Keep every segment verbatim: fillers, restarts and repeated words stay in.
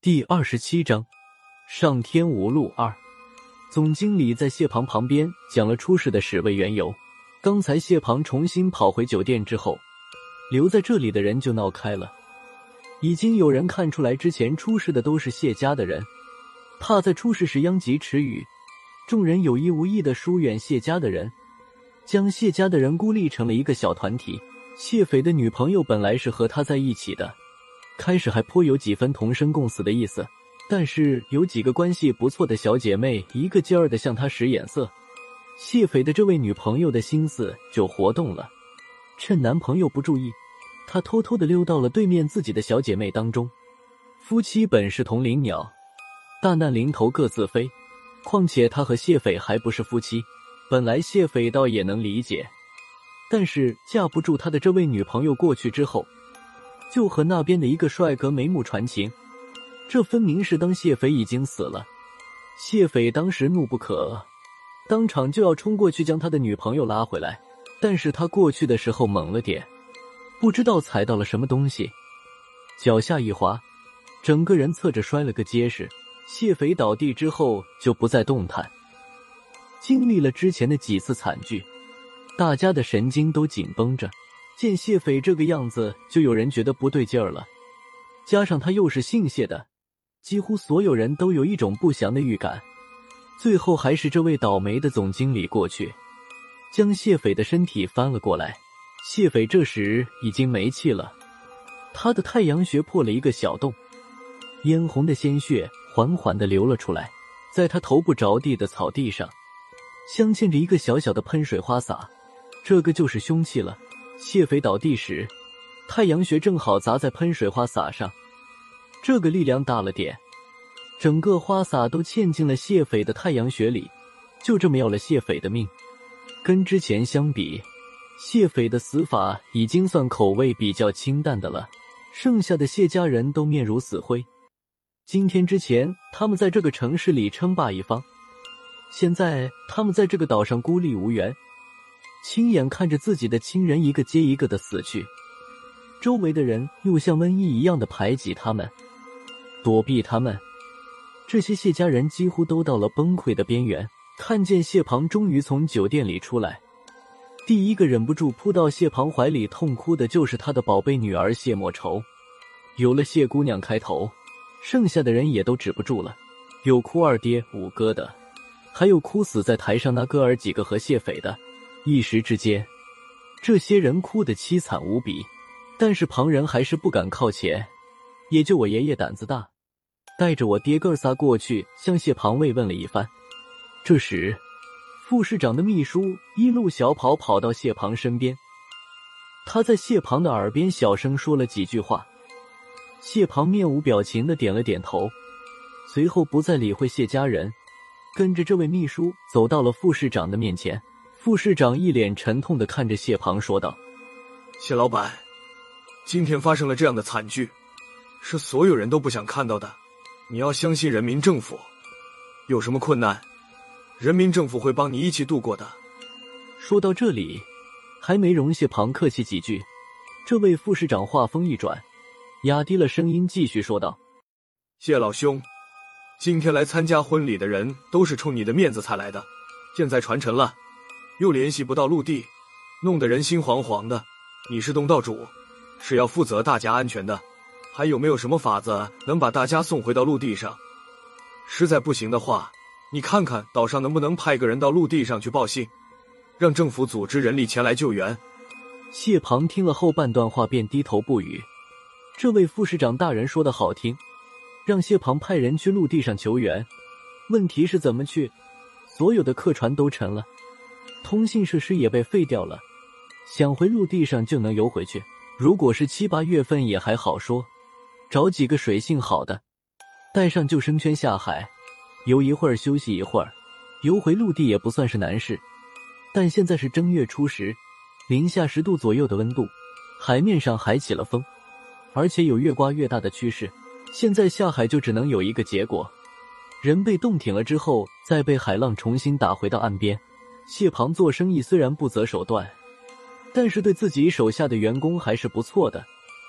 第二十七章上天无路二。总经理在谢庞旁边讲了出事的始为缘由。刚才谢庞重新跑回酒店之后，留在这里的人就闹开了。已经有人看出来之前出事的都是谢家的人，怕在出事时殃及池鱼，众人有意无意地疏远谢家的人，将谢家的人孤立成了一个小团体。谢斐的女朋友本来是和他在一起的，开始还颇有几分同生共死的意思，但是有几个关系不错的小姐妹一个劲儿地向他使眼色，谢斐的这位女朋友的心思就活动了。趁男朋友不注意，她偷偷地溜到了对面自己的小姐妹当中。夫妻本是同林鸟，大难临头各自飞，况且她和谢斐还不是夫妻，本来谢斐倒也能理解，但是架不住他的这位女朋友过去之后，就和那边的一个帅哥眉目传情，这分明是当谢斐已经死了。谢斐当时怒不可遏，当场就要冲过去将他的女朋友拉回来，但是他过去的时候猛了点，不知道踩到了什么东西，脚下一滑，整个人侧着摔了个结实。谢斐倒地之后就不再动弹。经历了之前的几次惨剧，大家的神经都紧绷着，见谢斐这个样子，就有人觉得不对劲儿了。加上他又是姓谢的，几乎所有人都有一种不祥的预感。最后还是这位倒霉的总经理过去，将谢斐的身体翻了过来。谢斐这时已经没气了，他的太阳穴破了一个小洞，嫣红的鲜血缓缓地流了出来，在他头部着地的草地上镶嵌着一个小小的喷水花洒，这个就是凶器了。谢斐倒地时，太阳穴正好砸在喷水花洒上，这个力量大了点，整个花洒都嵌进了谢斐的太阳穴里，就这么要了谢斐的命。跟之前相比，谢斐的死法已经算口味比较清淡的了，剩下的谢家人都面如死灰。今天之前他们在这个城市里称霸一方，现在他们在这个岛上孤立无援，亲眼看着自己的亲人一个接一个的死去，周围的人又像瘟疫一样的排挤他们，躲避他们。这些谢家人几乎都到了崩溃的边缘。看见谢庞终于从酒店里出来，第一个忍不住扑到谢庞怀里痛哭的就是他的宝贝女儿谢莫愁。有了谢姑娘开头，剩下的人也都止不住了，有哭二爹五哥的，还有哭死在台上那哥儿几个和谢斐的。一时之间，这些人哭得凄惨无比，但是旁人还是不敢靠前，也就我爷爷胆子大，带着我爹哥仨过去向谢庞慰问了一番。这时副市长的秘书一路小跑跑到谢庞身边，他在谢庞的耳边小声说了几句话。谢庞面无表情地点了点头，随后不再理会谢家人，跟着这位秘书走到了副市长的面前。副市长一脸沉痛地看着谢庞说道： 谢老板，今天发生了这样的惨剧，是所有人都不想看到的。你要相信人民政府，有什么困难，人民政府会帮你一起度过的。 说到这里，还没容谢庞客气几句，这位副市长话锋一转，压低了声音继续说道： 谢老兄，今天来参加婚礼的人都是冲你的面子才来的，现在传承了，又联系不到陆地，弄得人心惶惶的。你是东道主，是要负责大家安全的，还有没有什么法子能把大家送回到陆地上？实在不行的话，你看看岛上能不能派个人到陆地上去报信，让政府组织人力前来救援。 谢庞听了后半段话便低头不语。这位副市长大人说的好听，让谢庞派人去陆地上求援，问题是怎么去？所有的客船都沉了，通信设施也被废掉了，想回陆地上就能游回去。如果是七八月份也还好说，找几个水性好的，带上救生圈下海，游一会儿休息一会儿，游回陆地也不算是难事。但现在是正月初十，零下十度左右的温度，海面上还起了风，而且有越刮越大的趋势。现在下海就只能有一个结果，人被冻挺了之后再被海浪重新打回到岸边。谢庞做生意虽然不择手段，但是对自己手下的员工还是不错的。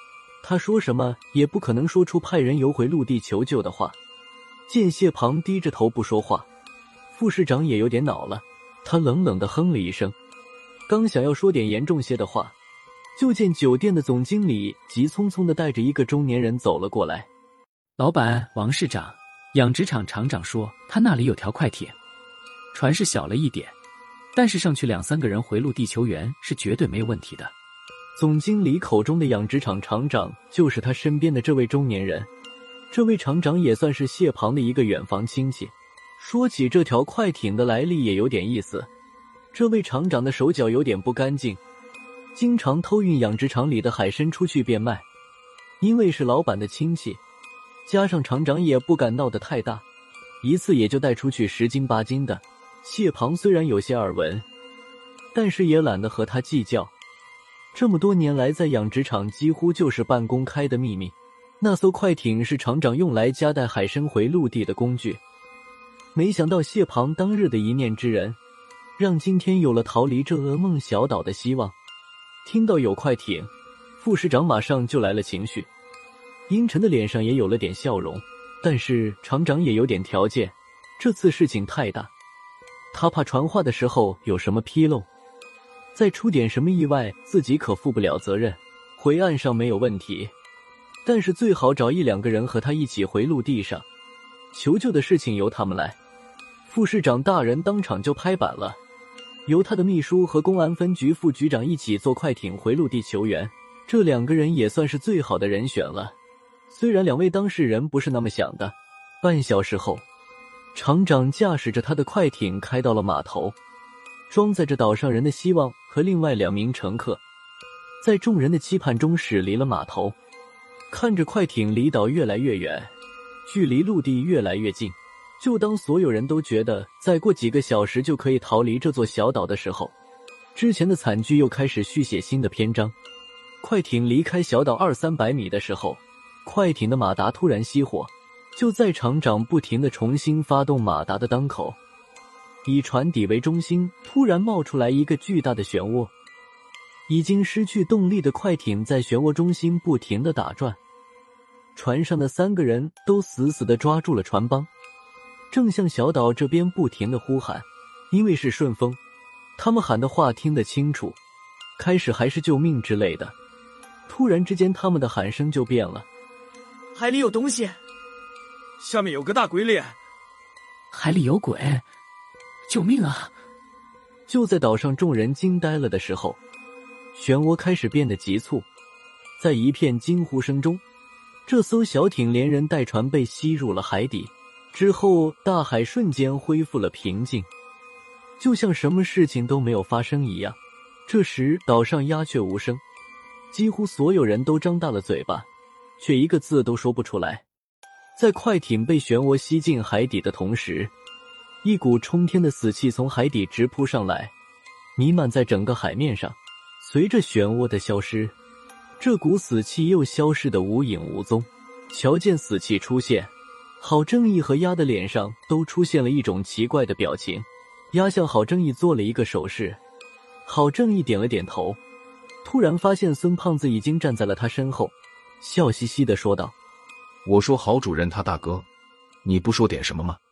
他说什么也不可能说出派人游回陆地求救的话。见谢庞低着头不说话，副市长也有点恼了，他冷冷地哼了一声，刚想要说点严重些的话，就见酒店的总经理急匆匆地带着一个中年人走了过来。 老板，王市长，养殖场厂长说他那里有条快艇，船是小了一点，但是上去两三个人回陆地求援是绝对没有问题的。 总经理口中的养殖场厂长就是他身边的这位中年人，这位厂长也算是谢庞的一个远房亲戚。说起这条快艇的来历也有点意思，这位厂长的手脚有点不干净，经常偷运养殖场里的海参出去变卖。因为是老板的亲戚，加上厂长也不敢闹得太大，一次也就带出去十斤八斤的。谢庞虽然有些耳闻，但是也懒得和他计较。这么多年来，在养殖场几乎就是半公开的秘密，那艘快艇是厂长用来夹带海参回陆地的工具。没想到谢庞当日的一念之仁，让今天有了逃离这噩梦小岛的希望。听到有快艇，副市长马上就来了情绪，阴沉的脸上也有了点笑容。但是厂长也有点条件，这次事情太大，他怕传话的时候有什么纰漏，再出点什么意外，自己可负不了责任。回岸上没有问题，但是最好找一两个人和他一起回陆地上，求救的事情由他们来。副市长大人当场就拍板了，由他的秘书和公安分局副局长一起坐快艇回陆地求援，这两个人也算是最好的人选了。虽然两位当事人不是那么想的。半小时后，厂长驾驶着他的快艇开到了码头，装载着岛上人的希望和另外两名乘客，在众人的期盼中驶离了码头。看着快艇离岛越来越远，距离陆地越来越近，就当所有人都觉得再过几个小时就可以逃离这座小岛的时候，之前的惨剧又开始续写新的篇章。快艇离开小岛二三百米的时候，快艇的马达突然熄火，就在厂长不停地重新发动马达的当口，以船底为中心突然冒出来一个巨大的漩涡，已经失去动力的快艇在漩涡中心不停地打转，船上的三个人都死死地抓住了船帮，正向小岛这边不停地呼喊。因为是顺风，他们喊的话听得清楚，开始还是救命之类的，突然之间他们的喊声就变了。 海里有东西， 下面有个大鬼脸， 海里有鬼，救命啊！ 就在岛上众人惊呆了的时候，漩涡开始变得急促，在一片惊呼声中，这艘小艇连人带船被吸入了海底。之后大海瞬间恢复了平静，就像什么事情都没有发生一样。这时岛上鸦雀无声，几乎所有人都张大了嘴巴，却一个字都说不出来。在快艇被漩涡吸进海底的同时，一股冲天的死气从海底直扑上来，弥漫在整个海面上。随着漩涡的消失，这股死气又消失得无影无踪。瞧见死气出现，郝正义和鸭的脸上都出现了一种奇怪的表情。鸭向郝正义做了一个手势，郝正义点了点头，突然发现孙胖子已经站在了他身后，笑嘻嘻地说道： 我说郝主任他大哥，你不说点什么吗？